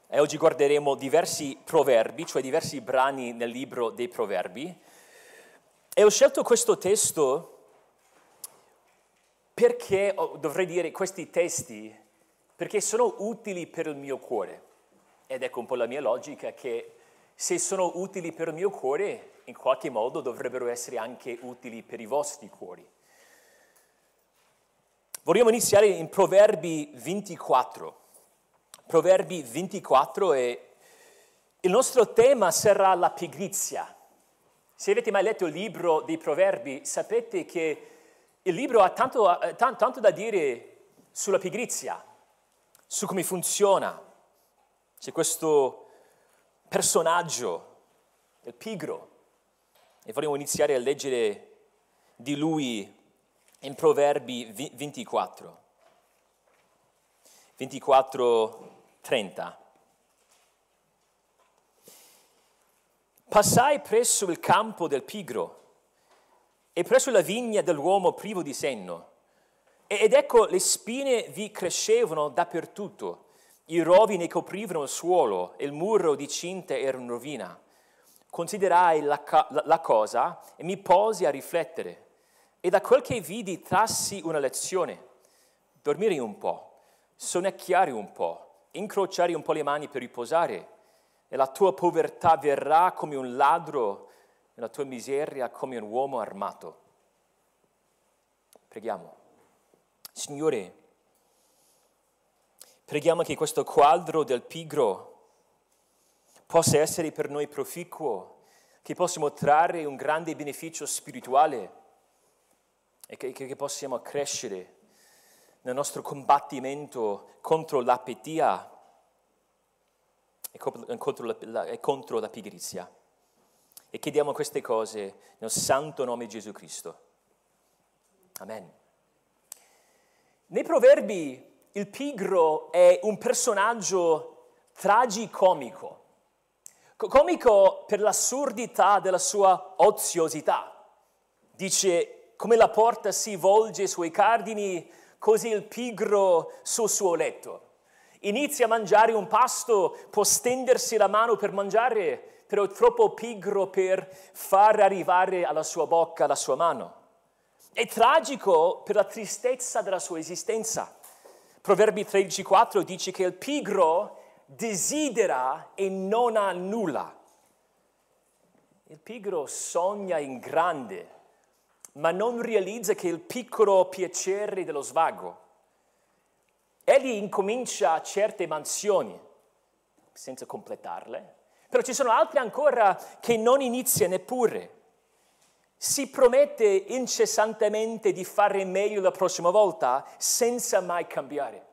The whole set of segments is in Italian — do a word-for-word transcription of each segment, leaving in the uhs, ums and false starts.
e oggi guarderemo diversi proverbi, cioè diversi brani nel libro dei proverbi. E ho scelto questo testo perché, o dovrei dire questi testi, perché sono utili per il mio cuore. Ed ecco un po' la mia logica, che se sono utili per il mio cuore, in qualche modo dovrebbero essere anche utili per i vostri cuori. Vorremmo iniziare in Proverbi ventiquattro. Proverbi ventiquattro e il nostro tema sarà la pigrizia. Se avete mai letto il libro dei Proverbi, sapete che il libro ha tanto, tanto, tanto da dire sulla pigrizia, su come funziona. C'è questo personaggio, il pigro, e vorremmo iniziare a leggere di lui in Proverbi ventiquattro. ventiquattro trenta. Passai presso il campo del pigro e presso la vigna dell'uomo privo di senno, ed ecco le spine vi crescevano dappertutto, i rovi ne coprivano il suolo e il muro di cinta era in rovina. Considerai la, la, la cosa e mi posi a riflettere, e da quel che vidi trassi una lezione: dormire un po', sonnecchiare un po', incrociare un po' le mani per riposare, e la tua povertà verrà come un ladro, e la tua miseria come un uomo armato. Preghiamo. Signore, preghiamo che questo quadro del pigro possa essere per noi proficuo, che possiamo trarre un grande beneficio spirituale e che, che possiamo crescere nel nostro combattimento contro l'apatia e contro la, la, e contro la pigrizia. E chiediamo queste cose nel santo nome di Gesù Cristo. Amen. Nei Proverbi il pigro è un personaggio tragicomico, comico per l'assurdità della sua oziosità. Dice: come la porta si volge sui cardini, così il pigro sul suo letto. Inizia a mangiare un pasto, può stendersi la mano per mangiare, però è troppo pigro per far arrivare alla sua bocca la sua mano. È tragico per la tristezza della sua esistenza. Proverbi tredici quattro dice che il pigro desidera e non ha nulla. Il pigro sogna in grande, ma non realizza che il piccolo piacere dello svago. Egli incomincia certe mansioni senza completarle, però ci sono altre ancora che non inizia neppure. Si promette incessantemente di fare meglio la prossima volta senza mai cambiare.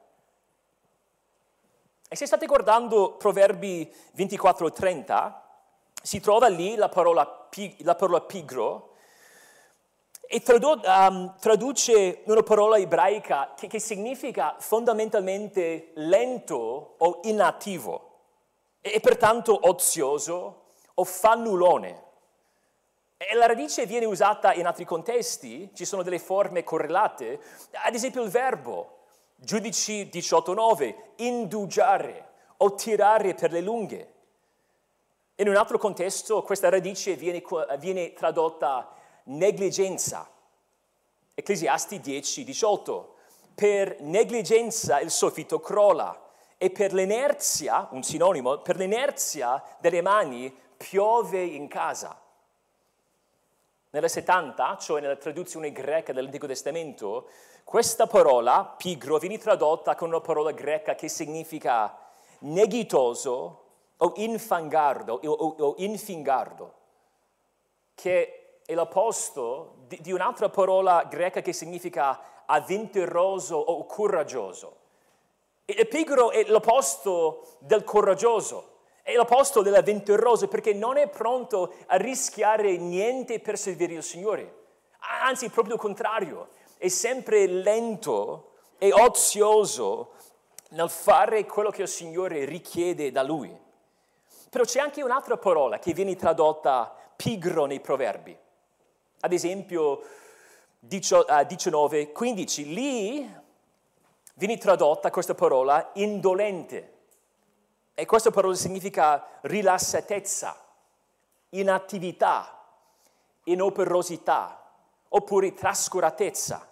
E se state guardando Proverbi ventiquattro trenta, si trova lì la parola, pig, la parola pigro, e tradu- um, traduce una parola ebraica che, che significa fondamentalmente lento o inattivo, e, e pertanto ozioso o fannulone. E la radice viene usata in altri contesti, ci sono delle forme correlate, ad esempio il verbo, Giudici diciotto nove, indugiare o tirare per le lunghe. In un altro contesto questa radice viene, viene tradotta negligenza. Ecclesiasti dieci diciotto, per negligenza il soffitto crolla e per l'inerzia, un sinonimo, per l'inerzia delle mani piove in casa. Nella settanta, cioè nella traduzione greca dell'Antico Testamento, questa parola, pigro, viene tradotta con una parola greca che significa neghitoso o infangardo o, o, o infingardo, che è l'opposto di, di un'altra parola greca che significa avventuroso o coraggioso. Il pigro è l'opposto del coraggioso. È l'opposto dell'avventuroso, perché non è pronto a rischiare niente per servire il Signore. Anzi, proprio il contrario, è sempre lento e ozioso nel fare quello che il Signore richiede da Lui. Però c'è anche un'altra parola che viene tradotta pigro nei Proverbi. Ad esempio, diciannove quindici, lì viene tradotta questa parola indolente. E questa parola significa rilassatezza, inattività, inoperosità, oppure trascuratezza.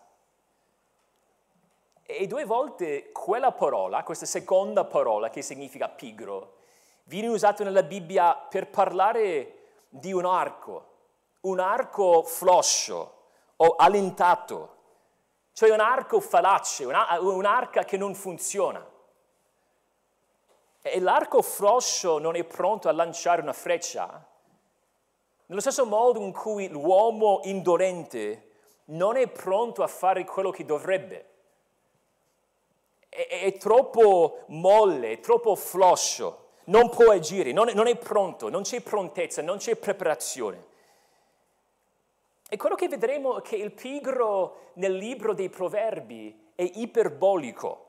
E due volte quella parola, questa seconda parola che significa pigro, viene usata nella Bibbia per parlare di un arco, un arco floscio o allentato, cioè un arco fallace, un'arca che non funziona. E l'arco floscio non è pronto a lanciare una freccia, nello stesso modo in cui l'uomo indolente non è pronto a fare quello che dovrebbe. È, è troppo molle, è troppo floscio, non può agire, non è, non è pronto, non c'è prontezza, non c'è preparazione. E quello che vedremo è che il pigro nel libro dei Proverbi è iperbolico.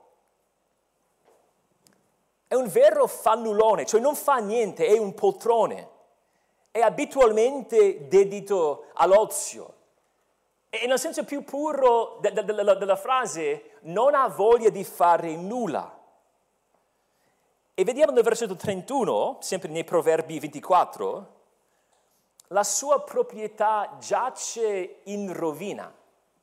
È un vero fannullone, cioè non fa niente, è un poltrone. È abitualmente dedito all'ozio. E nel senso più puro de- de- de- della frase, non ha voglia di fare nulla. E vediamo nel versetto trentuno, sempre nei Proverbi ventiquattro, la sua proprietà giace in rovina.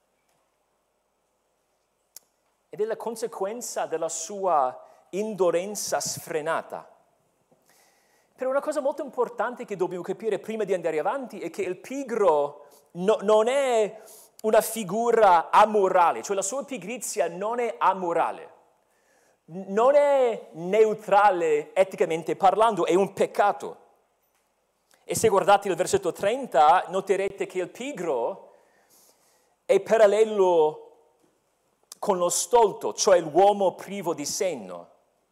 Ed è la conseguenza della sua indolenza sfrenata. Però una cosa molto importante che dobbiamo capire prima di andare avanti è che il pigro no, non è una figura amorale, cioè la sua pigrizia non è amorale, non è neutrale eticamente parlando, è un peccato. E se guardate il versetto trenta, noterete che il pigro è parallelo con lo stolto, cioè l'uomo privo di senno.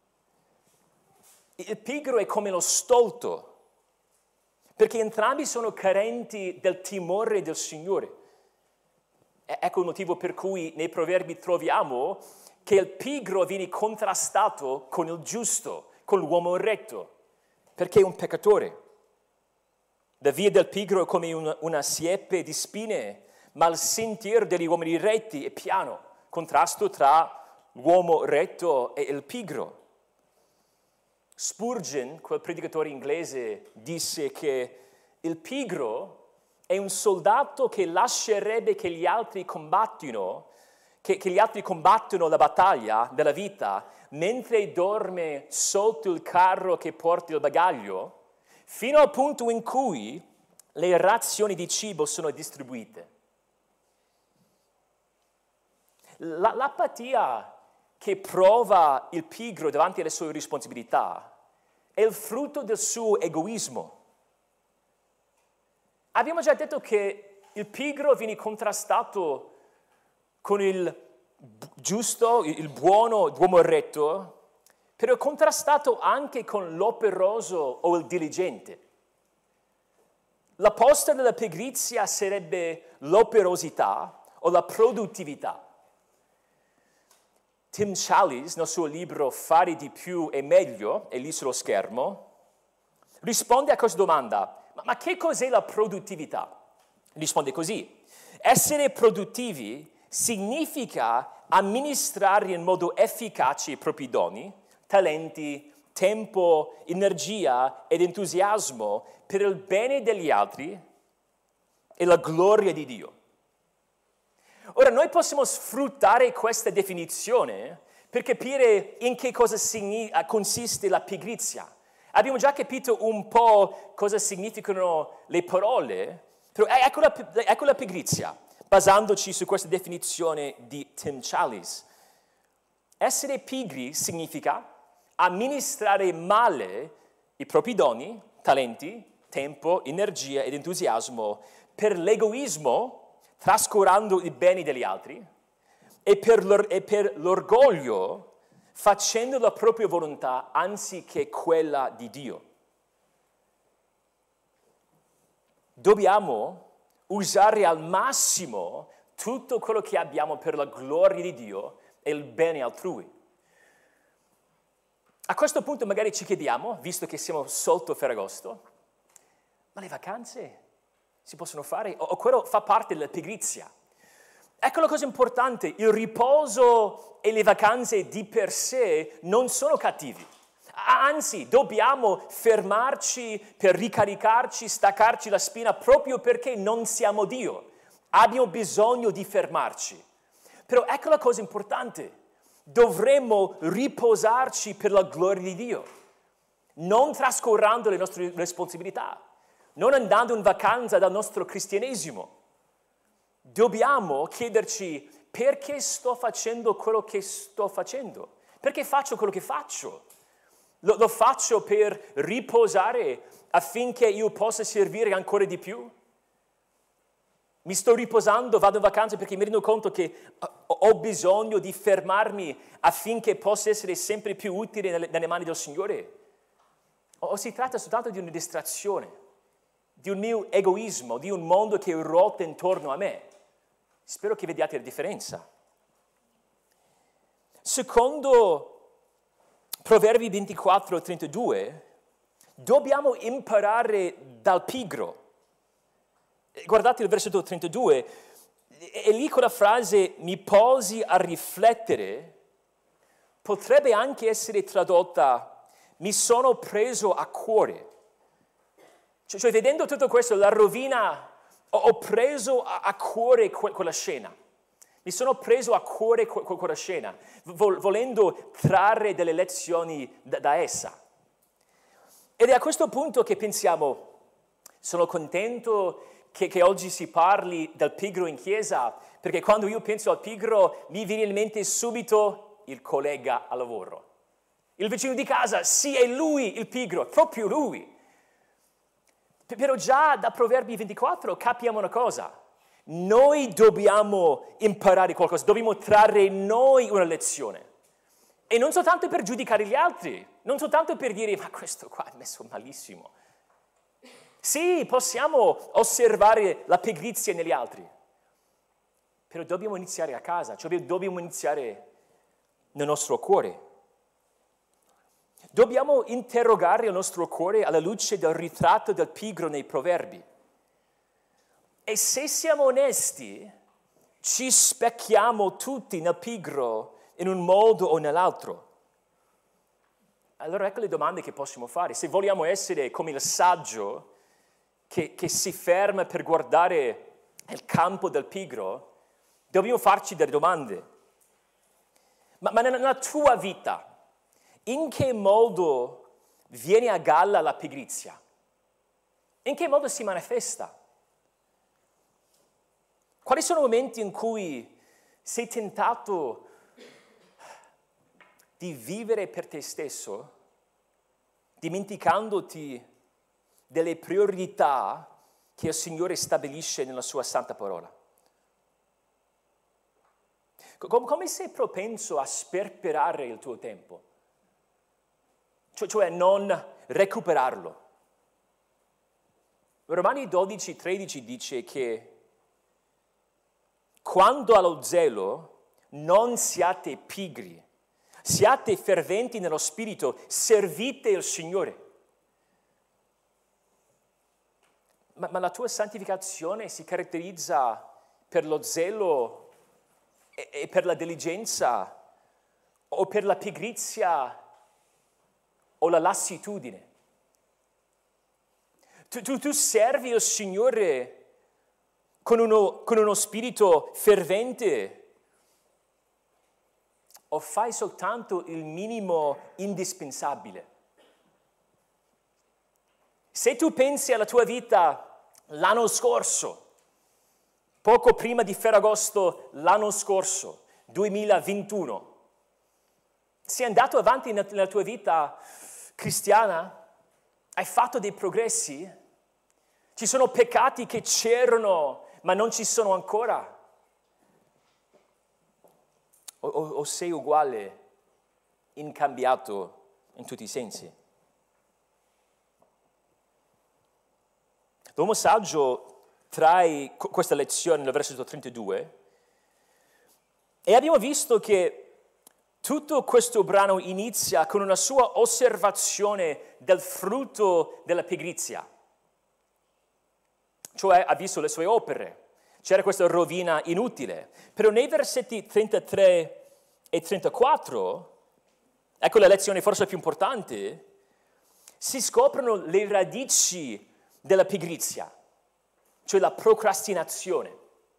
Il pigro è come lo stolto, perché entrambi sono carenti del timore del Signore. Ecco il motivo per cui nei Proverbi troviamo che il pigro viene contrastato con il giusto, con l'uomo retto, perché è un peccatore. La via del pigro è come una, una siepe di spine, ma il sentiero degli uomini retti è piano, contrasto tra l'uomo retto e il pigro. Spurgeon, quel predicatore inglese, disse che il pigro è un soldato che lascerebbe che gli altri combattino, che, che gli altri combattono la battaglia della vita, mentre dorme sotto il carro che porta il bagaglio, fino al punto in cui le razioni di cibo sono distribuite. La, l'apatia che prova il pigro davanti alle sue responsabilità è il frutto del suo egoismo. Abbiamo già detto che il pigro viene contrastato con il giusto, il buono, l'uomo retto, però è contrastato anche con l'operoso o il diligente. L'opposto della pigrizia sarebbe l'operosità o la produttività. Tim Challies, nel suo libro Fare di più e meglio, è lì sullo schermo, risponde a questa domanda: ma, ma che cos'è la produttività? Risponde così: essere produttivi significa amministrare in modo efficace i propri doni, talenti, tempo, energia ed entusiasmo per il bene degli altri e la gloria di Dio. Ora, noi possiamo sfruttare questa definizione per capire in che cosa signi- consiste la pigrizia. Abbiamo già capito un po' cosa significano le parole, però ecco la, ecco la pigrizia, basandoci su questa definizione di Tim Challies. Essere pigri significa amministrare male i propri doni, talenti, tempo, energia ed entusiasmo per l'egoismo, trascurando i beni degli altri, e per, l'or- e per l'orgoglio, facendo la propria volontà anziché quella di Dio. Dobbiamo usare al massimo tutto quello che abbiamo per la gloria di Dio e il bene altrui. A questo punto magari ci chiediamo, visto che siamo sotto Ferragosto, ma le vacanze si possono fare? O, o quello fa parte della pigrizia? Ecco la cosa importante: il riposo e le vacanze di per sé non sono cattivi. Anzi, dobbiamo fermarci per ricaricarci, staccarci la spina proprio perché non siamo Dio. Abbiamo bisogno di fermarci. Però ecco la cosa importante. Dovremmo riposarci per la gloria di Dio, non trascurando le nostre responsabilità, non andando in vacanza dal nostro cristianesimo. Dobbiamo chiederci perché sto facendo quello che sto facendo, perché faccio quello che faccio. Lo, lo faccio per riposare affinché io possa servire ancora di più? Mi sto riposando, vado in vacanza perché mi rendo conto che ho bisogno di fermarmi affinché possa essere sempre più utile nelle, nelle mani del Signore? O si tratta soltanto di una distrazione, di un mio egoismo, di un mondo che ruota intorno a me? Spero che vediate la differenza. Secondo Proverbi ventiquattro trentadue, dobbiamo imparare dal pigro. Guardate il versetto trentadue, e lì quella frase mi posi a riflettere potrebbe anche essere tradotta mi sono preso a cuore. Cioè, cioè vedendo tutto questo, la rovina, ho, ho preso a, a cuore que, quella scena. Mi sono preso a cuore que, que, quella scena, vol, volendo trarre delle lezioni da, da essa. Ed è a questo punto che pensiamo, sono contento Che, che oggi si parli del pigro in chiesa, perché quando io penso al pigro mi viene in mente subito il collega al lavoro. Il vicino di casa, sì, è lui il pigro, proprio lui. Però già da Proverbi ventiquattro capiamo una cosa. Noi dobbiamo imparare qualcosa, dobbiamo trarre noi una lezione. E non soltanto per giudicare gli altri, non soltanto per dire, ma questo qua è messo malissimo. Sì, possiamo osservare la pigrizia negli altri, però dobbiamo iniziare a casa, cioè dobbiamo iniziare nel nostro cuore. Dobbiamo interrogare il nostro cuore alla luce del ritratto del pigro nei Proverbi. E se siamo onesti, ci specchiamo tutti nel pigro in un modo o nell'altro. Allora ecco le domande che possiamo fare. Se vogliamo essere come il saggio, Che, che si ferma per guardare il campo del pigro, dobbiamo farci delle domande. Ma, ma nella tua vita, in che modo viene a galla la pigrizia? In che modo si manifesta? Quali sono i momenti in cui sei tentato di vivere per te stesso, dimenticandoti delle priorità che il Signore stabilisce nella sua santa parola? Come sei propenso a sperperare il tuo tempo? Cioè, cioè non recuperarlo. Romani dodici tredici dice che quando allo zelo non siate pigri, siate ferventi nello spirito, servite il Signore. Ma, ma la tua santificazione si caratterizza per lo zelo e, e per la diligenza o per la pigrizia o la lassitudine? Tu, tu, tu servi il Signore con uno, con uno spirito fervente o fai soltanto il minimo indispensabile? Se tu pensi alla tua vita l'anno scorso, poco prima di Ferragosto l'anno scorso, duemilaventuno, sei andato avanti nella tua vita cristiana? Hai fatto dei progressi? Ci sono peccati che c'erano ma non ci sono ancora? O, o, o sei uguale, incambiato in tutti i sensi? L'uomo saggio trae questa lezione nel versetto trentadue e abbiamo visto che tutto questo brano inizia con una sua osservazione del frutto della pigrizia. Cioè ha visto le sue opere, c'era questa rovina inutile. Però nei versetti trentatré e trentaquattro ecco la lezione forse più importante, si scoprono le radici della pigrizia, cioè la procrastinazione.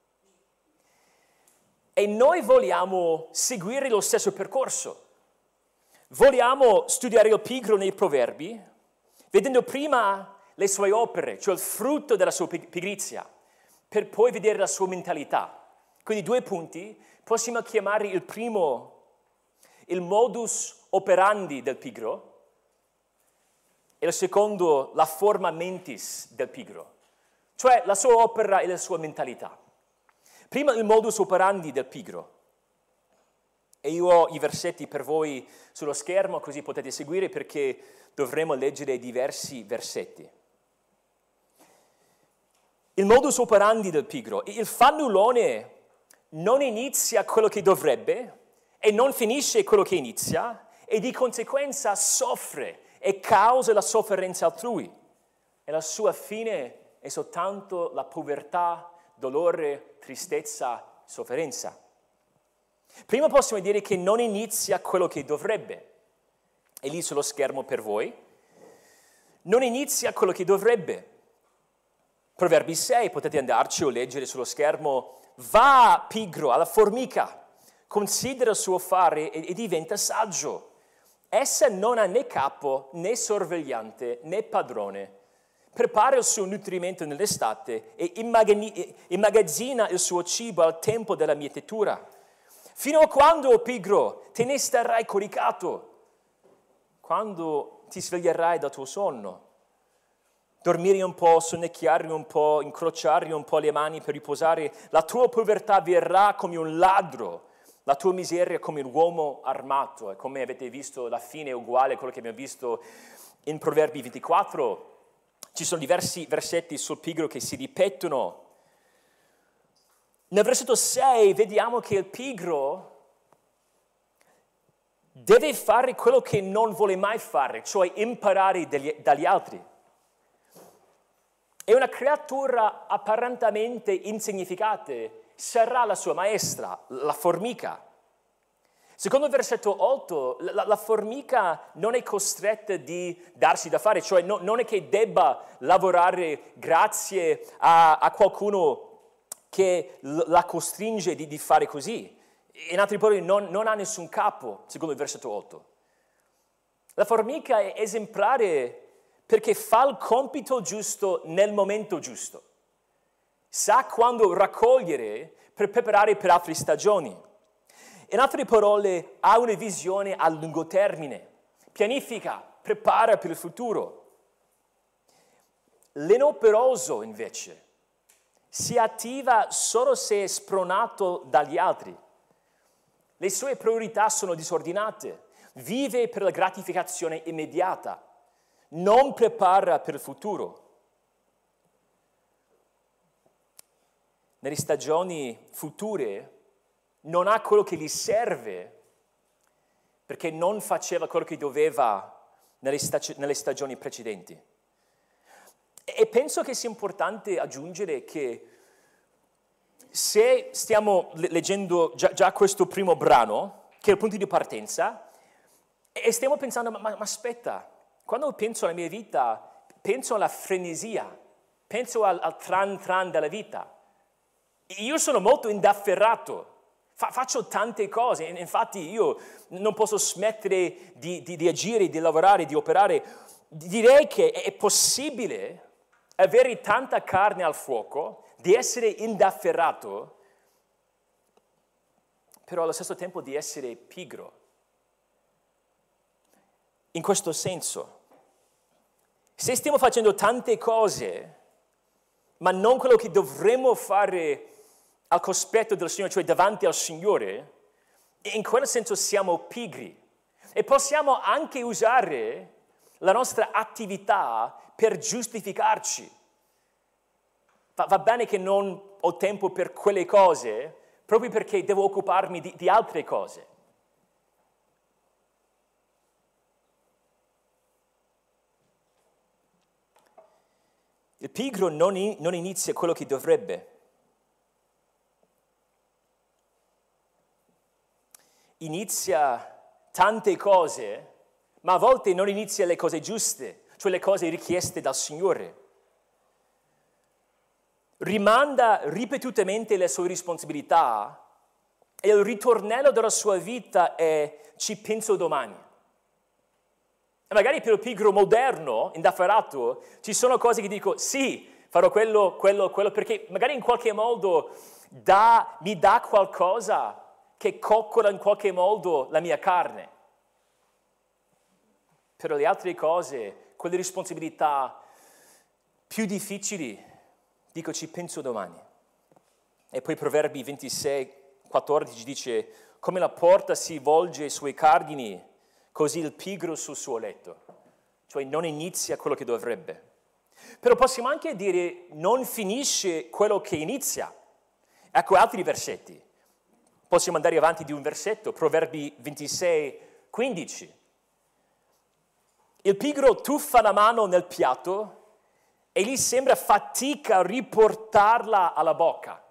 E noi vogliamo seguire lo stesso percorso. Vogliamo studiare il pigro nei Proverbi, vedendo prima le sue opere, cioè il frutto della sua pigrizia, per poi vedere la sua mentalità. Quindi due punti, possiamo chiamare il primo il modus operandi del pigro e il secondo la forma mentis del pigro, cioè la sua opera e la sua mentalità. Prima il modus operandi del pigro. E io ho i versetti per voi sullo schermo, così potete seguire perché dovremo leggere diversi versetti. Il modus operandi del pigro. Il fannullone non inizia quello che dovrebbe e non finisce quello che inizia e di conseguenza soffre e causa la sofferenza altrui. E la sua fine è soltanto la povertà, dolore, tristezza, sofferenza. Prima possiamo dire che non inizia quello che dovrebbe. È lì sullo schermo per voi. Non inizia quello che dovrebbe. Proverbi sei, potete andarci o leggere sullo schermo. Va pigro alla formica, considera il suo fare e, e diventa saggio. Essa non ha né capo, né sorvegliante, né padrone. Prepara il suo nutrimento nell'estate e immagazzina il suo cibo al tempo della mietitura. Fino a quando, o pigro, te ne starai coricato? Quando ti sveglierai dal tuo sonno? Dormire un po', sonnecchiare un po', incrociare un po' le mani per riposare. La tua povertà verrà come un ladro, la tua miseria come un uomo armato. E come avete visto, la fine è uguale a quello che abbiamo visto in Proverbi ventiquattro. Ci sono diversi versetti sul pigro che si ripetono. Nel versetto sei vediamo che il pigro deve fare quello che non vuole mai fare, cioè imparare dagli, dagli altri. È una creatura apparentemente insignificante, sarà la sua maestra, la formica. Secondo il versetto otto, la, la formica non è costretta di darsi da fare, cioè no, non è che debba lavorare grazie a, a qualcuno che la costringe di, di fare così. In altri parole, non, non ha nessun capo, secondo il versetto otto. La formica è esemplare perché fa il compito giusto nel momento giusto. Sa quando raccogliere per preparare per altre stagioni. In altre parole, ha una visione a lungo termine, pianifica, prepara per il futuro. L'inoperoso, invece, si attiva solo se è spronato dagli altri. Le sue priorità sono disordinate, vive per la gratificazione immediata, non prepara per il futuro. Nelle stagioni future non ha quello che gli serve perché non faceva quello che doveva nelle, stag- nelle stagioni precedenti. E penso che sia importante aggiungere che se stiamo leggendo già, già questo primo brano, che è il punto di partenza, e stiamo pensando, ma, ma aspetta, quando penso alla mia vita, penso alla frenesia, penso al, al tran tran della vita. Io sono molto indafferrato, fa, faccio tante cose, infatti io non posso smettere di, di, di agire, di lavorare, di operare. Direi che è possibile avere tanta carne al fuoco, di essere indafferrato, però allo stesso tempo di essere pigro. In questo senso, se stiamo facendo tante cose, ma non quello che dovremmo fare al cospetto del Signore, cioè davanti al Signore, in quel senso siamo pigri. E possiamo anche usare la nostra attività per giustificarci. Va, va bene che non ho tempo per quelle cose, proprio perché devo occuparmi di, di altre cose. Il pigro non, in, non inizia quello che dovrebbe. Inizia tante cose, ma a volte non inizia le cose giuste, cioè le cose richieste dal Signore. Rimanda ripetutamente le sue responsabilità e il ritornello della sua vita è ci penso domani. E magari per il pigro moderno, indaffarato, ci sono cose che dico sì, farò quello, quello, quello, perché magari in qualche modo dà, mi dà qualcosa che coccola in qualche modo la mia carne. Per le altre cose, quelle responsabilità più difficili, dico ci penso domani. E poi Proverbi ventisei, quattordici dice, come la porta si volge ai suoi cardini, così il pigro sul suo letto. Cioè non inizia quello che dovrebbe. Però possiamo anche dire, non finisce quello che inizia. Ecco altri versetti. Possiamo andare avanti di un versetto, Proverbi ventisei, quindici. Il pigro tuffa la mano nel piatto e gli sembra fatica a riportarla alla bocca.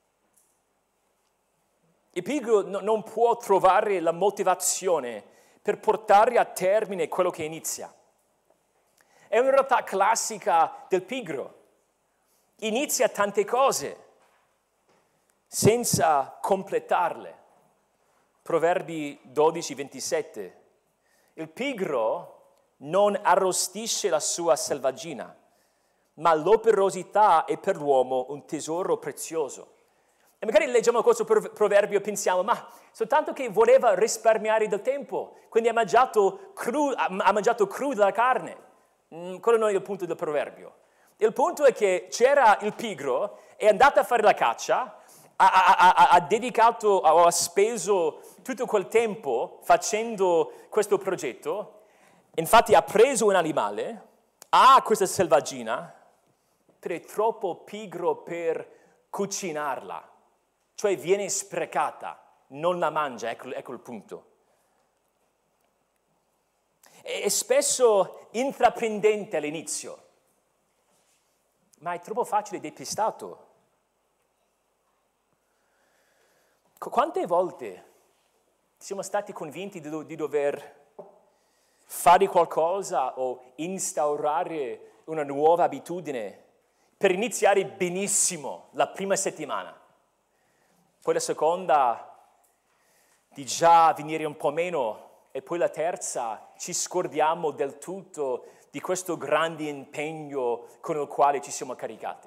Il pigro no, non può trovare la motivazione per portare a termine quello che inizia. È una realtà classica del pigro. Inizia tante cose senza completarle. Proverbi dodici, ventisette. Il pigro non arrostisce la sua selvaggina, ma l'operosità è per l'uomo un tesoro prezioso. E magari leggiamo questo proverbio e pensiamo, ma soltanto che voleva risparmiare del tempo, quindi ha mangiato cru, ha mangiato cruda la carne. Mm, quello non è il punto del proverbio. Il punto è che c'era il pigro, è andato a fare la caccia, ha, ha, ha, ha dedicato, ha speso tutto quel tempo facendo questo progetto, infatti ha preso un animale, ha questa selvaggina, però è troppo pigro per cucinarla. Cioè viene sprecata, non la mangia, ecco, ecco il punto. È spesso intraprendente all'inizio, ma è troppo facile depistato. Quante volte siamo stati convinti di, do- di dover fare qualcosa o instaurare una nuova abitudine per iniziare benissimo la prima settimana? Poi la seconda di già venire un po' meno e poi la terza ci scordiamo del tutto di questo grande impegno con il quale ci siamo caricati.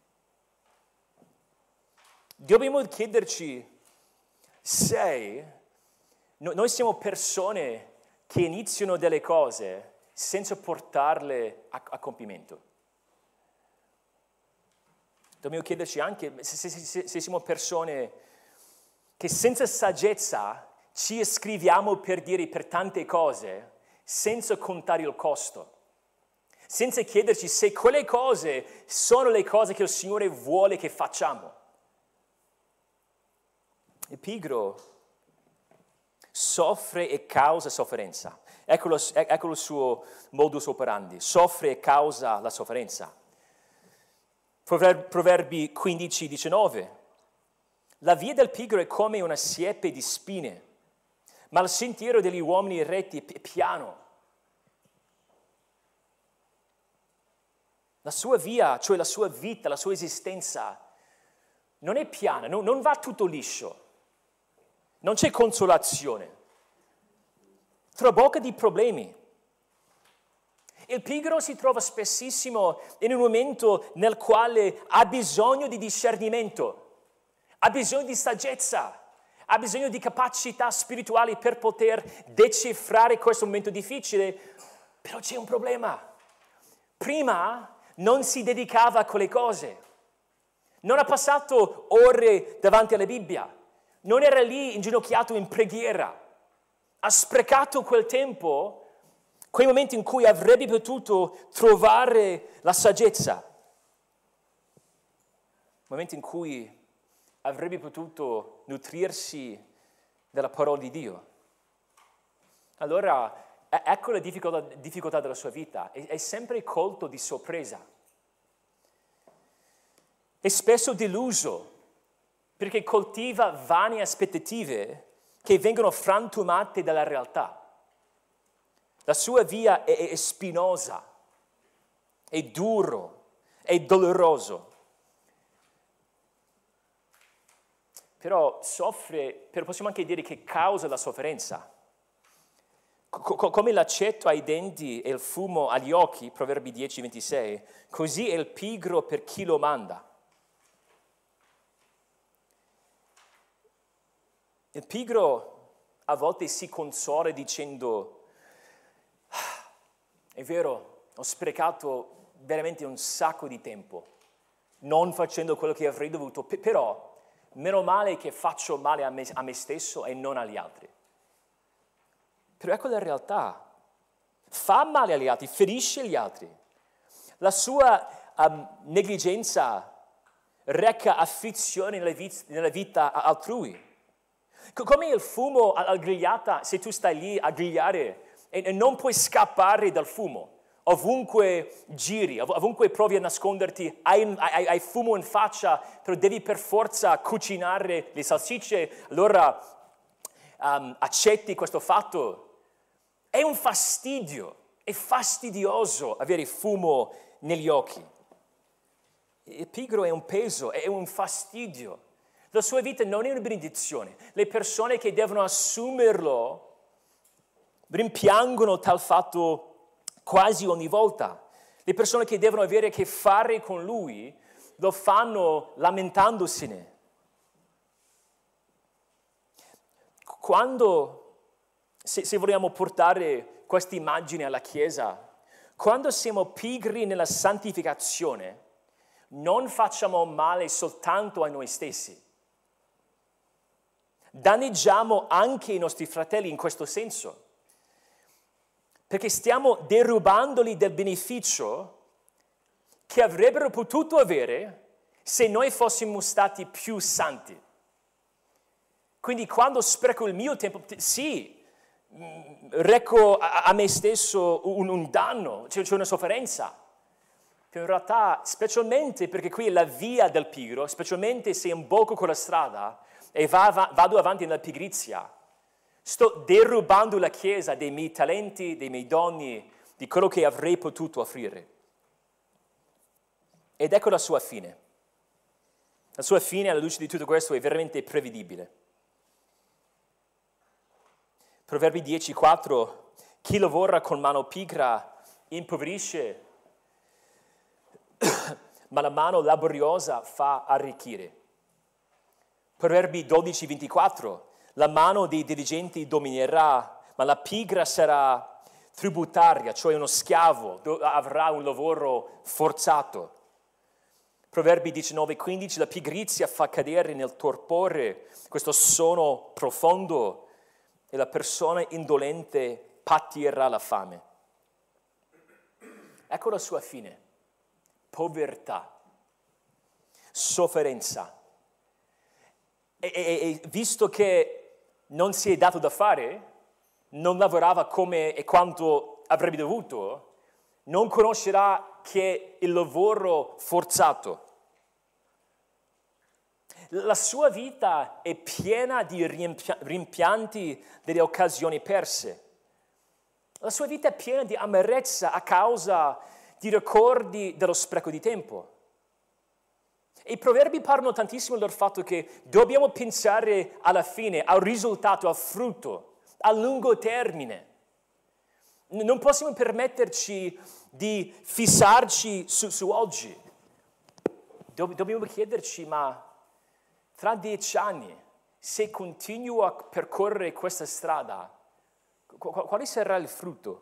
Dobbiamo chiederci se noi siamo persone che iniziano delle cose senza portarle a, a compimento. Dobbiamo chiederci anche se, se, se, se siamo persone che senza saggezza ci iscriviamo per dire per tante cose senza contare il costo, senza chiederci se quelle cose sono le cose che il Signore vuole che facciamo. Il pigro soffre e causa sofferenza. Ecco, lo, ecco il suo modus operandi, soffre e causa la sofferenza. Proverbi quindici, diciannove. La via del pigro è come una siepe di spine, ma il sentiero degli uomini retti è piano. La sua via, cioè la sua vita, la sua esistenza, non è piana, non, non va tutto liscio. Non c'è consolazione. Trabocca di problemi. Il pigro si trova spessissimo in un momento nel quale ha bisogno di discernimento, ha bisogno di saggezza, ha bisogno di capacità spirituali per poter decifrare questo momento difficile, però c'è un problema. Prima non si dedicava a quelle cose, non ha passato ore davanti alla Bibbia, non era lì inginocchiato in preghiera, ha sprecato quel tempo, quei momenti in cui avrebbe potuto trovare la saggezza, momenti in cui avrebbe potuto nutrirsi della parola di Dio. Allora, ecco la difficoltà, difficoltà della sua vita, è, è sempre colto di sorpresa. È spesso deluso, perché coltiva vane aspettative che vengono frantumate dalla realtà. La sua via è, è spinosa, è duro, è doloroso. Però soffre, però possiamo anche dire che causa la sofferenza. Co- come l'aceto ai denti e il fumo agli occhi, Proverbi dieci ventisei, così è il pigro per chi lo manda. Il pigro a volte si consola dicendo, ah, è vero, ho sprecato veramente un sacco di tempo, non facendo quello che avrei dovuto, però meno male che faccio male a me, a me stesso e non agli altri. Però ecco la realtà, fa male agli altri, ferisce gli altri. La sua um, negligenza reca afflizione nella, vit- nella vita altrui. Come il fumo alla grigliata, se tu stai lì a grigliare e, e non puoi scappare dal fumo, ovunque giri, ov- ovunque provi a nasconderti, hai, hai, hai fumo in faccia, però devi per forza cucinare le salsicce, allora um, accetti questo fatto. È un fastidio, è fastidioso avere fumo negli occhi. Il pigro è un peso, è un fastidio. La sua vita non è una benedizione. Le persone che devono assumerlo rimpiangono tal fatto quasi ogni volta. Le persone che devono avere a che fare con lui lo fanno lamentandosene. Quando, se, se vogliamo portare questa immagine alla Chiesa, quando siamo pigri nella santificazione, non facciamo male soltanto a noi stessi. Danneggiamo anche i nostri fratelli in questo senso, perché stiamo derubandoli del beneficio che avrebbero potuto avere se noi fossimo stati più santi. Quindi quando spreco il mio tempo, sì, reco a, a me stesso un, un danno, c'è, c'è una sofferenza. Però in realtà, specialmente perché qui è la via del pigro, specialmente se imbocco con la strada, e va, va, vado avanti nella pigrizia, sto derubando la Chiesa dei miei talenti, dei miei doni, di quello che avrei potuto offrire. Ed ecco la sua fine. La sua fine, alla luce di tutto questo, è veramente prevedibile. Proverbi dieci quattro, chi lavora con mano pigra impoverisce, ma la mano laboriosa fa arricchire. Proverbi dodici ventiquattro, la mano dei diligenti dominerà, ma la pigra sarà tributaria, cioè uno schiavo, avrà un lavoro forzato. Proverbi diciannove quindici, la pigrizia fa cadere nel torpore, questo sonno profondo, e la persona indolente patirà la fame. Ecco la sua fine, povertà, sofferenza. E, e, e visto che non si è dato da fare, non lavorava come e quanto avrebbe dovuto, non conoscerà che il lavoro forzato. La sua vita è piena di rimpianti delle occasioni perse. La sua vita è piena di amarezza a causa di ricordi dello spreco di tempo. E i proverbi parlano tantissimo del fatto che dobbiamo pensare alla fine, al risultato, al frutto, a lungo termine. Non possiamo permetterci di fissarci su, su oggi. Dobbiamo chiederci, ma tra dieci anni, se continuo a percorrere questa strada, quale sarà il frutto?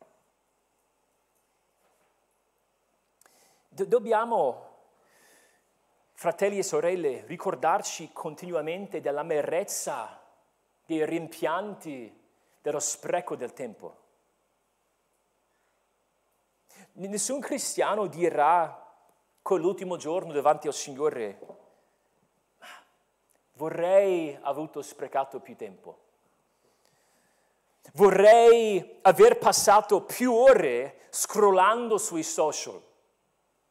Dobbiamo, fratelli e sorelle, ricordarci continuamente dell'amarezza, dei rimpianti, dello spreco del tempo. Nessun cristiano dirà quell'ultimo giorno davanti al Signore: vorrei avuto sprecato più tempo. Vorrei aver passato più ore scrollando sui social.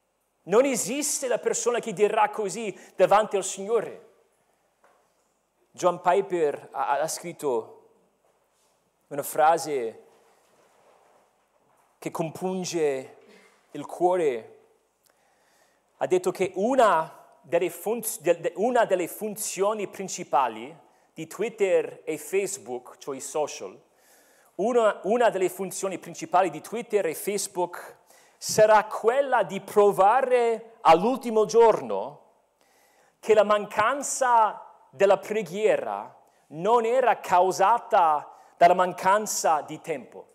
Non esiste la persona che dirà così davanti al Signore. John Piper ha, ha scritto una frase che compunge il cuore. Ha detto che una delle, funz- de- una delle funzioni principali di Twitter e Facebook, cioè i social, una, una delle funzioni principali di Twitter e Facebook sarà quella di provare all'ultimo giorno che la mancanza della preghiera non era causata dalla mancanza di tempo.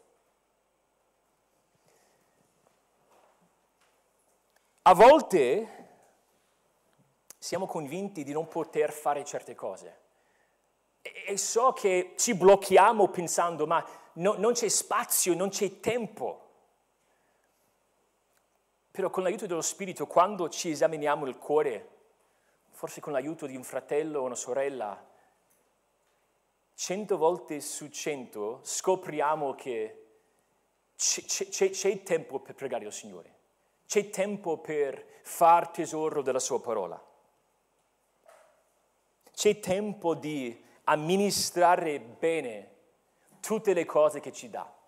A volte siamo convinti di non poter fare certe cose e, e so che ci blocchiamo pensando ma no, non c'è spazio, non c'è tempo. Però con l'aiuto dello Spirito, quando ci esaminiamo il cuore, forse con l'aiuto di un fratello o una sorella, cento volte su cento scopriamo che c'è, c'è, c'è tempo per pregare il Signore, c'è tempo per far tesoro della sua parola, c'è tempo di amministrare bene tutte le cose che ci dà.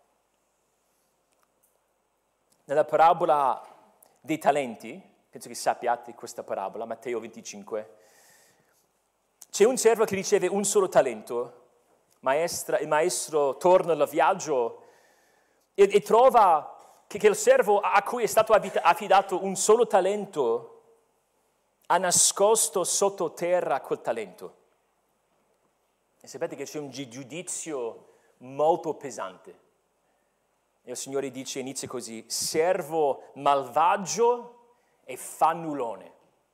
Nella parabola dei talenti, penso che sappiate questa parabola, Matteo venticinque, c'è un servo che riceve un solo talento, maestra, il maestro torna dal viaggio e, e trova che, che il servo a cui è stato affidato un solo talento ha nascosto sottoterra quel talento. E sapete che c'è un giudizio molto pesante. E il Signore dice, inizia così, servo malvagio e fannulone.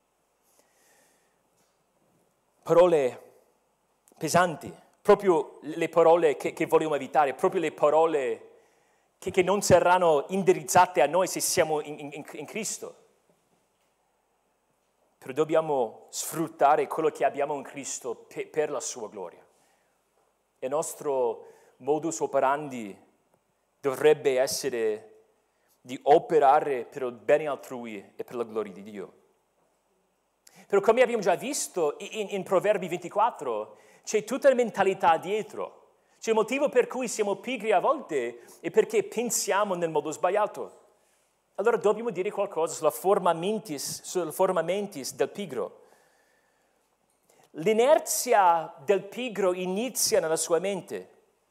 Parole pesanti, proprio le parole che, che vogliamo evitare, proprio le parole che, che non saranno indirizzate a noi se siamo in, in, in Cristo. Però dobbiamo sfruttare quello che abbiamo in Cristo per, per la sua gloria. Il nostro modus operandi dovrebbe essere di operare per il bene altrui e per la gloria di Dio. Però come abbiamo già visto in, in Proverbi ventiquattro, c'è tutta la mentalità dietro. C'è il motivo per cui siamo pigri a volte è perché pensiamo nel modo sbagliato. Allora dobbiamo dire qualcosa sulla forma mentis, sulla forma mentis del pigro. L'inerzia del pigro inizia nella sua mente.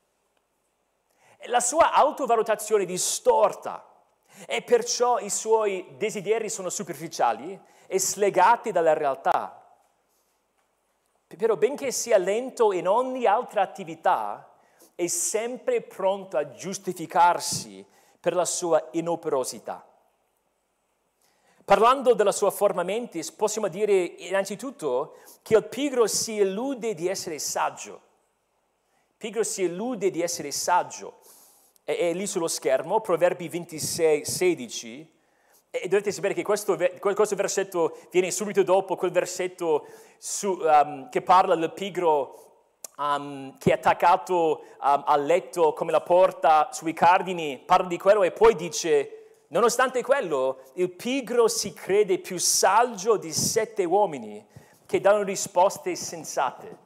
La sua autovalutazione è distorta e perciò i suoi desideri sono superficiali e slegati dalla realtà. Però benché sia lento in ogni altra attività, è sempre pronto a giustificarsi per la sua inoperosità. Parlando della sua forma mentis, possiamo dire innanzitutto che il pigro si illude di essere saggio. Il pigro si illude di essere saggio. È, è lì sullo schermo, Proverbi ventisei, sedici, e dovete sapere che questo, questo versetto viene subito dopo quel versetto su, um, che parla del pigro um, che è attaccato um, al letto come la porta sui cardini, parla di quello e poi dice, nonostante quello, il pigro si crede più saggio di sette uomini che danno risposte sensate.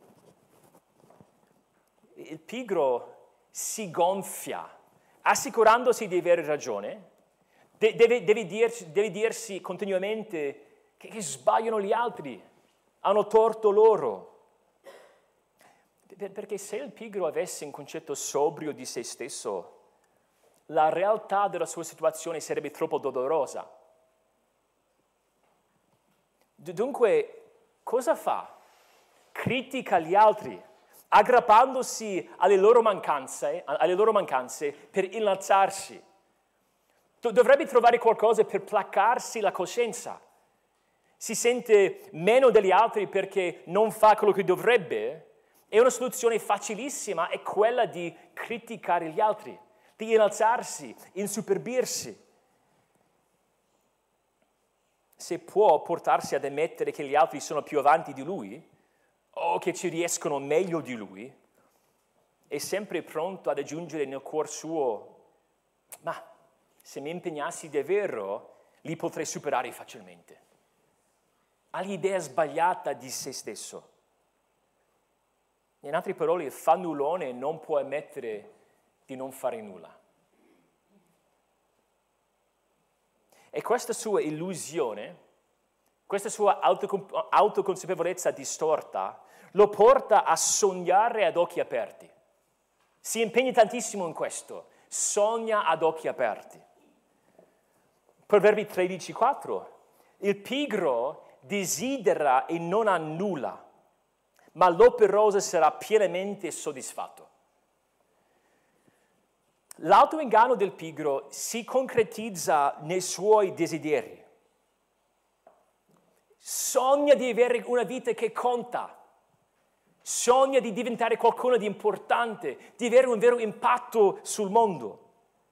Il pigro si gonfia, assicurandosi di avere ragione, Deve, deve, dirsi, deve dirsi continuamente che, che sbagliano gli altri, hanno torto loro. Perché se il pigro avesse un concetto sobrio di se stesso, la realtà della sua situazione sarebbe troppo dolorosa. Dunque, cosa fa? Critica gli altri, aggrappandosi alle loro mancanze, alle loro mancanze per innalzarsi. Dovrebbe trovare qualcosa per placarsi la coscienza. Si sente meno degli altri perché non fa quello che dovrebbe. E una soluzione facilissima è quella di criticare gli altri, di innalzarsi, insuperbirsi. Se può portarsi ad ammettere che gli altri sono più avanti di lui o che ci riescono meglio di lui, è sempre pronto ad aggiungere nel cuor suo, ma se mi impegnassi davvero, li potrei superare facilmente. Ha l'idea sbagliata di se stesso. In altre parole, il fannullone non può ammettere di non fare nulla. E questa sua illusione, questa sua autoconsapevolezza distorta, lo porta a sognare ad occhi aperti. Si impegna tantissimo in questo, sogna ad occhi aperti. Proverbi tredici quattro. Il pigro desidera e non ha nulla, ma l'operoso sarà pienamente soddisfatto. L'autoinganno del pigro si concretizza nei suoi desideri. Sogna di avere una vita che conta. Sogna di diventare qualcuno di importante, di avere un vero impatto sul mondo.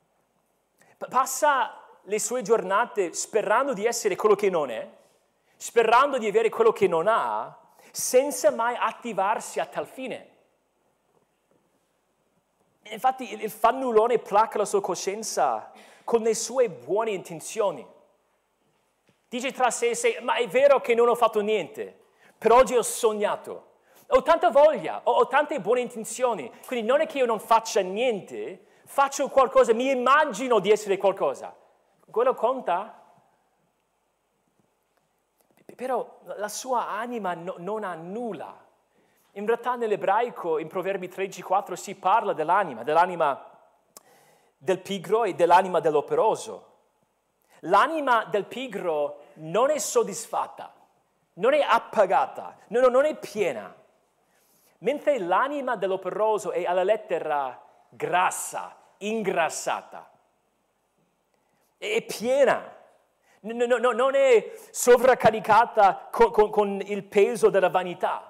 Passa le sue giornate sperando di essere quello che non è, sperando di avere quello che non ha, senza mai attivarsi a tal fine. Infatti il fannullone placa la sua coscienza con le sue buone intenzioni. Dice tra sé e sé, ma è vero che non ho fatto niente, per oggi ho sognato. Ho tanta voglia, ho, ho tante buone intenzioni, quindi non è che io non faccia niente, faccio qualcosa, mi immagino di essere qualcosa. Quello conta? Però la sua anima no, non ha nulla. In realtà nell'ebraico, in Proverbi tredici quattro, si parla dell'anima, dell'anima del pigro e dell'anima dell'operoso. L'anima del pigro non è soddisfatta, non è appagata, non, non è piena. Mentre l'anima dell'operoso è alla lettera grassa, ingrassata. È piena, no, no, no, non è sovraccaricata con, con, con il peso della vanità.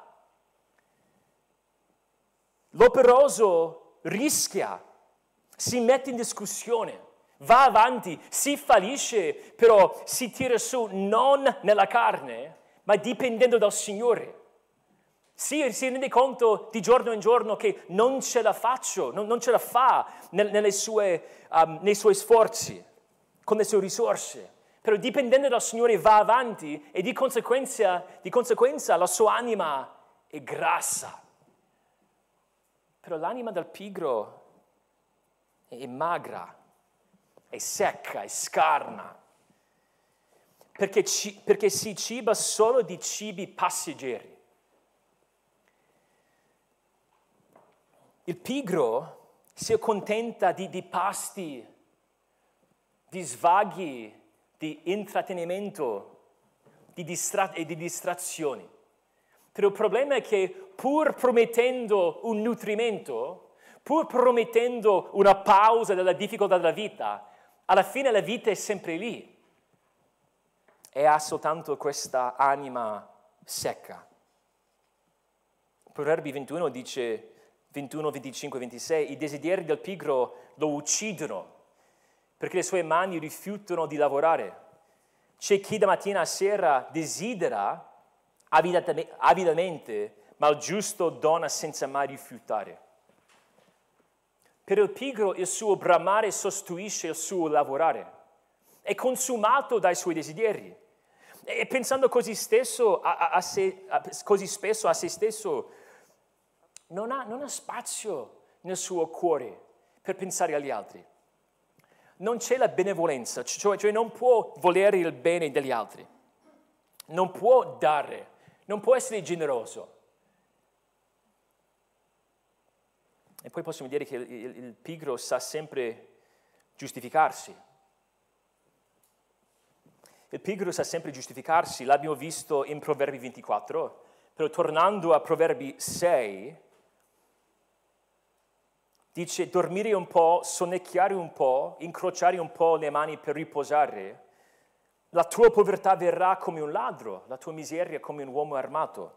L'operoso rischia, si mette in discussione, va avanti, si fallisce, però si tira su non nella carne, ma dipendendo dal Signore. Si, si rende conto di giorno in giorno che non ce la faccio, non, non ce la fa nel, nelle sue, um, nei suoi sforzi, con le sue risorse. Però dipendendo dal Signore va avanti e di conseguenza, di conseguenza la sua anima è grassa. Però l'anima del pigro è magra, è secca, è scarna, perché, ci, perché si ciba solo di cibi passeggeri. Il pigro si accontenta di, di pasti, di svaghi, di intrattenimento di distra- e di distrazioni. Però il problema è che pur promettendo un nutrimento, pur promettendo una pausa dalla difficoltà della vita, alla fine la vita è sempre lì e ha soltanto questa anima secca. Proverbi ventuno dice, ventuno, venticinque, ventisei, i desideri del pigro lo uccidono perché le sue mani rifiutano di lavorare. C'è chi da mattina a sera desidera avidamente, ma il giusto dona senza mai rifiutare. Per il pigro il suo bramare sostituisce il suo lavorare. È consumato dai suoi desideri. E pensando così, stesso a, a, a se, a, così spesso a se stesso, non ha, non ha spazio nel suo cuore per pensare agli altri. Non c'è la benevolenza, cioè, cioè non può volere il bene degli altri. Non può dare, non può essere generoso. E poi possiamo dire che il, il, il pigro sa sempre giustificarsi. Il pigro sa sempre giustificarsi, l'abbiamo visto in Proverbi ventiquattro, però tornando a Proverbi sei, dice dormire un po', sonnecchiare un po', incrociare un po' le mani per riposare. La tua povertà verrà come un ladro, la tua miseria come un uomo armato.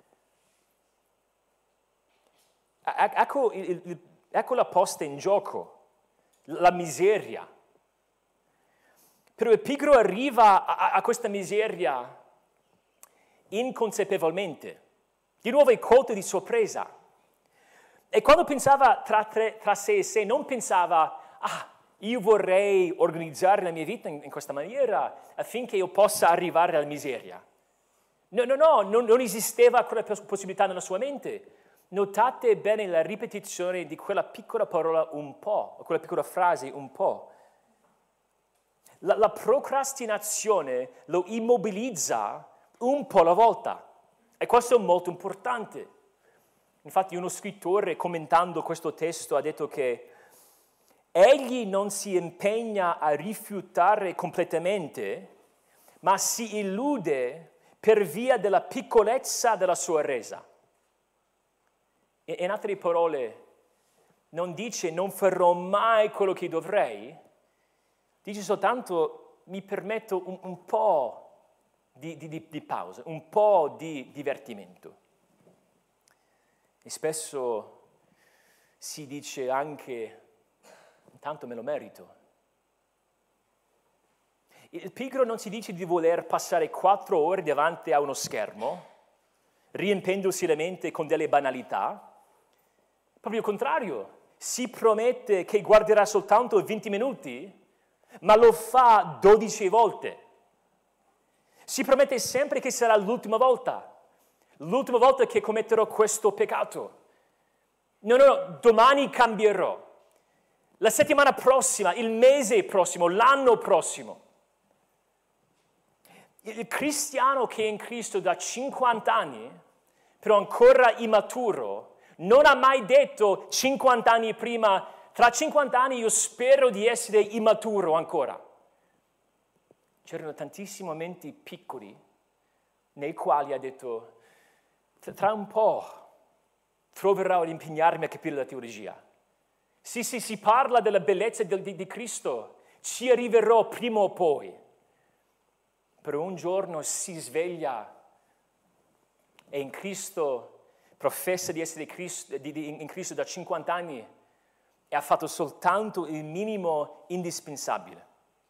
Ecco, il, il, ecco la posta in gioco, la miseria. Però il pigro arriva a, a questa miseria inconsapevolmente. Di nuovo è colto di sorpresa. E quando pensava tra, tre, tra sé e sé, non pensava, ah, io vorrei organizzare la mia vita in, in questa maniera affinché io possa arrivare alla miseria. No, no, no, non, non esisteva quella possibilità nella sua mente. Notate bene la ripetizione di quella piccola parola un po', quella piccola frase un po'. La, la procrastinazione lo immobilizza un po' alla volta e questo è molto importante. Infatti uno scrittore commentando questo testo ha detto che egli non si impegna a rifiutare completamente, ma si illude per via della piccolezza della sua resa. In altre parole, non dice non farò mai quello che dovrei, dice soltanto mi permetto un, un po' di, di, di pausa, un po' di divertimento. E spesso si dice anche, tanto me lo merito. Il pigro non si dice di voler passare quattro ore davanti a uno schermo, riempendosi la mente con delle banalità. Proprio il contrario, si promette che guarderà soltanto venti minuti, ma lo fa dodici volte. Si promette sempre che sarà l'ultima volta, l'ultima volta che commetterò questo peccato. No, no, no, domani cambierò. La settimana prossima, il mese prossimo, l'anno prossimo. Il cristiano che è in Cristo da cinquanta anni, però ancora immaturo, non ha mai detto cinquanta anni prima, tra cinquanta anni io spero di essere immaturo ancora. C'erano tantissimi momenti piccoli nei quali ha detto, tra un po' troverò ad impegnarmi a capire la teologia. Sì, sì, si parla della bellezza di, di, di Cristo, ci arriverò prima o poi. Però un giorno si sveglia e in Cristo professa di essere Cristo, di, di, in Cristo da cinquanta anni e ha fatto soltanto il minimo indispensabile.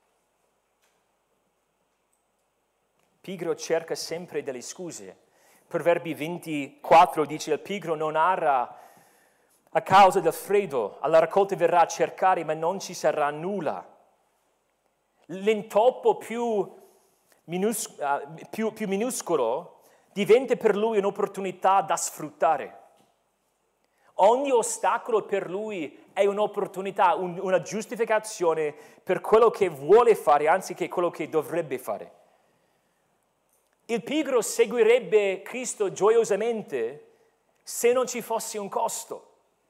Pigro cerca sempre delle scuse. Proverbi ventiquattro dice il pigro non ara a causa del freddo, alla raccolta verrà a cercare ma non ci sarà nulla. L'intoppo più, minus, uh, più, più minuscolo diventa per lui un'opportunità da sfruttare. Ogni ostacolo per lui è un'opportunità, un, una giustificazione per quello che vuole fare anziché quello che dovrebbe fare. Il pigro seguirebbe Cristo gioiosamente se non ci fosse un costo.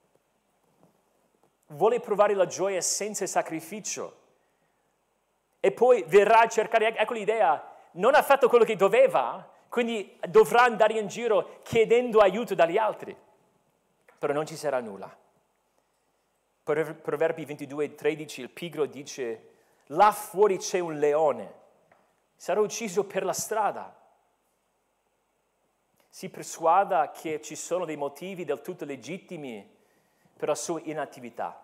Vuole provare la gioia senza sacrificio. E poi verrà a cercare, ecco l'idea, non ha fatto quello che doveva, quindi dovrà andare in giro chiedendo aiuto dagli altri. Però non ci sarà nulla. Proverbi ventidue tredici, il pigro dice, là fuori c'è un leone, sarà ucciso per la strada. Si persuada che ci sono dei motivi del tutto legittimi per la sua inattività.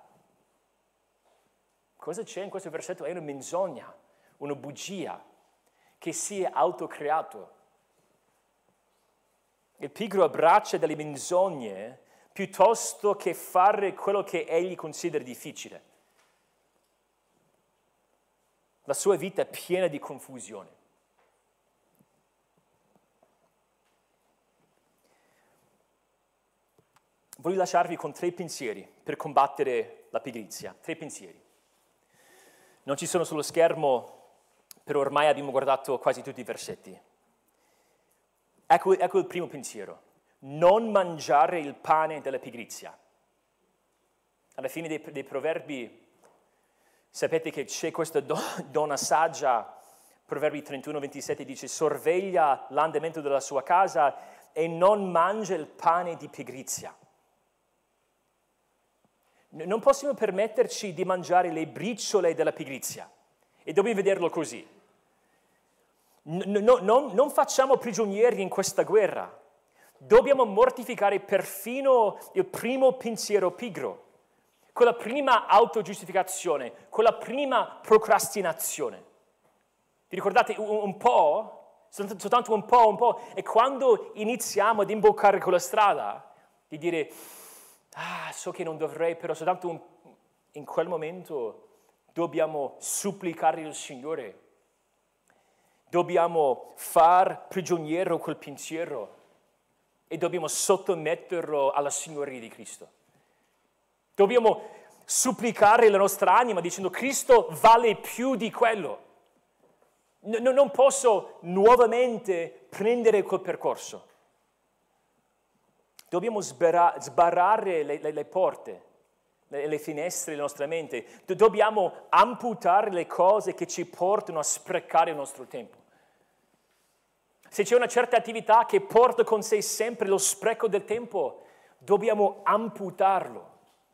Cosa c'è in questo versetto? È una menzogna, una bugia che si è autocreato. Il pigro abbraccia delle menzogne piuttosto che fare quello che egli considera difficile. La sua vita è piena di confusione. Voglio lasciarvi con tre pensieri per combattere la pigrizia. Tre pensieri. Non ci sono sullo schermo, però ormai abbiamo guardato quasi tutti i versetti. Ecco, ecco il primo pensiero. Non mangiare il pane della pigrizia. Alla fine dei, dei proverbi sapete che c'è questa do, donna saggia, Proverbi trentuno ventisette dice sorveglia l'andamento della sua casa e non mangia il pane di pigrizia. Non possiamo permetterci di mangiare le briciole della pigrizia e dobbiamo vederlo così. No, no, no, non facciamo prigionieri in questa guerra. Dobbiamo mortificare perfino il primo pensiero pigro, quella prima autogiustificazione, quella prima procrastinazione. Vi ricordate un, un po', soltanto un po', un po', e quando iniziamo ad imboccare quella strada, di dire ah, so che non dovrei, però soltanto un, in quel momento dobbiamo supplicare il Signore. Dobbiamo far prigioniero quel pensiero. e dobbiamo sottometterlo alla signoria di Cristo. Dobbiamo supplicare la nostra anima dicendo Cristo vale più di quello. No, non posso nuovamente prendere quel percorso. Dobbiamo sbarra, sbarrare le, le, le porte, le, le finestre della nostra mente. Dobbiamo amputare le cose che ci portano a sprecare il nostro tempo. Se c'è una certa attività che porta con sé sempre lo spreco del tempo, dobbiamo amputarlo.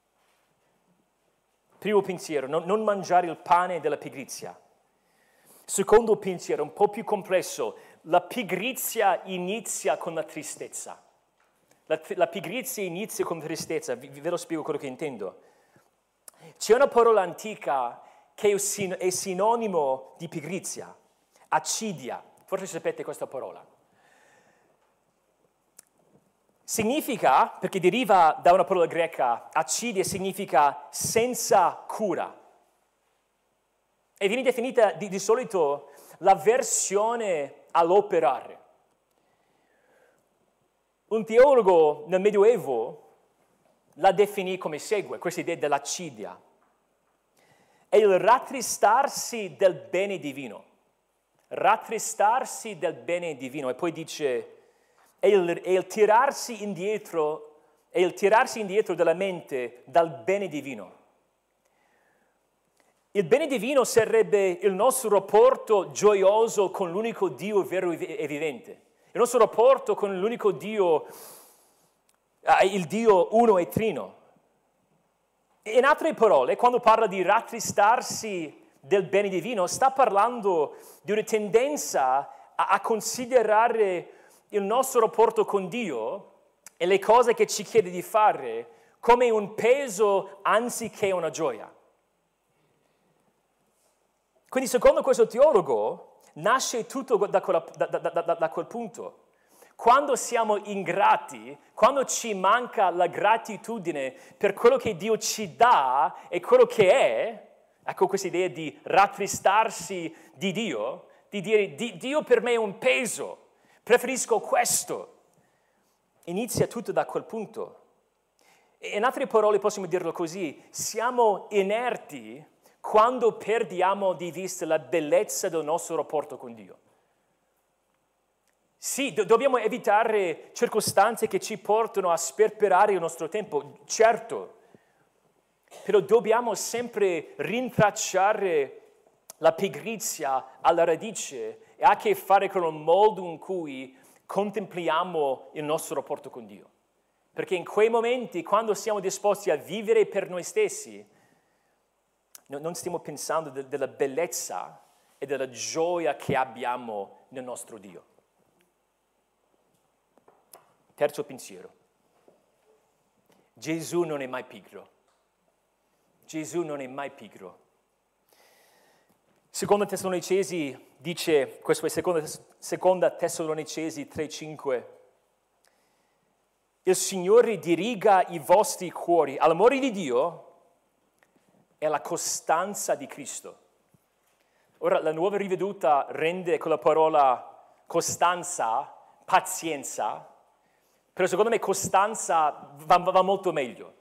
Primo pensiero, non, non mangiare il pane della pigrizia. Secondo pensiero, un po' più complesso, la pigrizia inizia con la tristezza. La, la pigrizia inizia con tristezza, vi, ve lo spiego quello che intendo. C'è una parola antica che è sinonimo di pigrizia, acidia. Forse sapete questa parola. Significa, perché deriva da una parola greca, acidia significa senza cura. E viene definita di, di solito l'avversione all'operare. Un teologo nel Medioevo la definì come segue, questa idea dell'acidia. È il rattristarsi del bene divino. Rattristarsi del bene divino. E poi dice, è il, è il tirarsi indietro, è il tirarsi indietro della mente dal bene divino. Il bene divino sarebbe il nostro rapporto gioioso con l'unico Dio vero e vivente. Il nostro rapporto con l'unico Dio, il Dio uno e trino. In altre parole, quando parla di rattristarsi del bene divino, sta parlando di una tendenza a, a considerare il nostro rapporto con Dio e le cose che ci chiede di fare come un peso anziché una gioia. Quindi secondo questo teologo nasce tutto da, quella, da, da, da, da quel punto. Quando siamo ingrati, quando ci manca la gratitudine per quello che Dio ci dà e quello che è, ecco questa idea di rattristarsi di Dio, di dire Dio per me è un peso, preferisco questo. Inizia tutto da quel punto. In altre parole possiamo dirlo così, siamo inerti quando perdiamo di vista la bellezza del nostro rapporto con Dio. Sì, do- dobbiamo evitare circostanze che ci portano a sperperare il nostro tempo, certo, però dobbiamo sempre rintracciare la pigrizia alla radice e ha a che fare con il modo in cui contempliamo il nostro rapporto con Dio. Perché in quei momenti, quando siamo disposti a vivere per noi stessi, non stiamo pensando de- della bellezza e della gioia che abbiamo nel nostro Dio. Terzo pensiero. Gesù non è mai pigro. Gesù non è mai pigro. Seconda Tessalonicesi dice, questo è seconda, seconda Tessalonicesi tre cinque, il Signore diriga i vostri cuori all'amore di Dio e alla costanza di Cristo. Ora, la Nuova Riveduta rende con la parola costanza, pazienza, però secondo me costanza va, va molto meglio.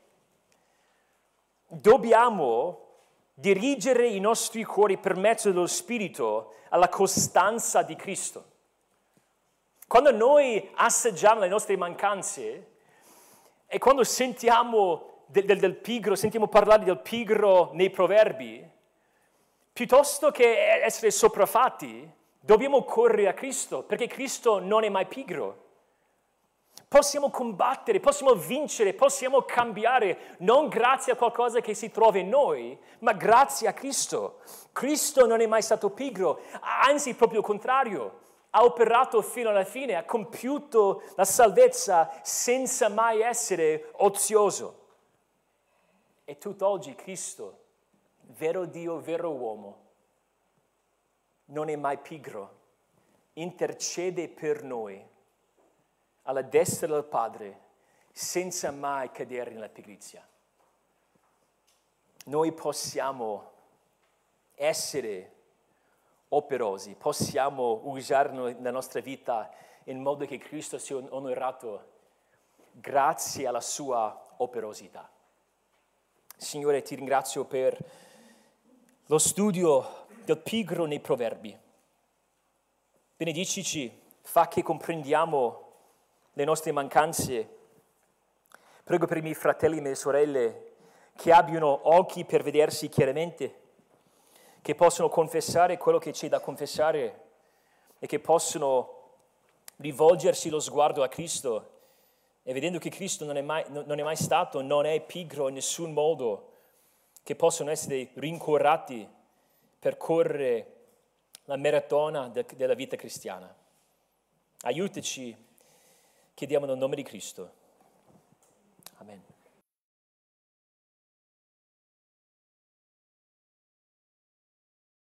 Dobbiamo dirigere i nostri cuori per mezzo dello Spirito alla costanza di Cristo. Quando noi assaggiamo le nostre mancanze e quando sentiamo del, del, del pigro, sentiamo parlare del pigro nei proverbi, piuttosto che essere sopraffatti, dobbiamo correre a Cristo, perché Cristo non è mai pigro. Possiamo combattere, possiamo vincere, possiamo cambiare, non grazie a qualcosa che si trova in noi, ma grazie a Cristo. Cristo non è mai stato pigro, anzi proprio il contrario. Ha operato fino alla fine, ha compiuto la salvezza senza mai essere ozioso. E tutt'oggi Cristo, vero Dio, vero uomo, non è mai pigro, intercede per noi alla destra del Padre senza mai cadere nella pigrizia. Noi possiamo essere operosi, possiamo usare la nostra vita in modo che Cristo sia onorato grazie alla sua operosità. Signore, ti ringrazio per lo studio del pigro nei proverbi. Benedicici, fa che comprendiamo le nostre mancanze. Prego per i miei fratelli e le mie sorelle che abbiano occhi per vedersi chiaramente, che possono confessare quello che c'è da confessare e che possono rivolgersi lo sguardo a Cristo e vedendo che Cristo non è mai, non è mai stato, non è pigro in nessun modo, che possono essere rincuorati per correre la maratona de- della vita cristiana. Aiutaci, chiediamo nel nome di Cristo. Amen.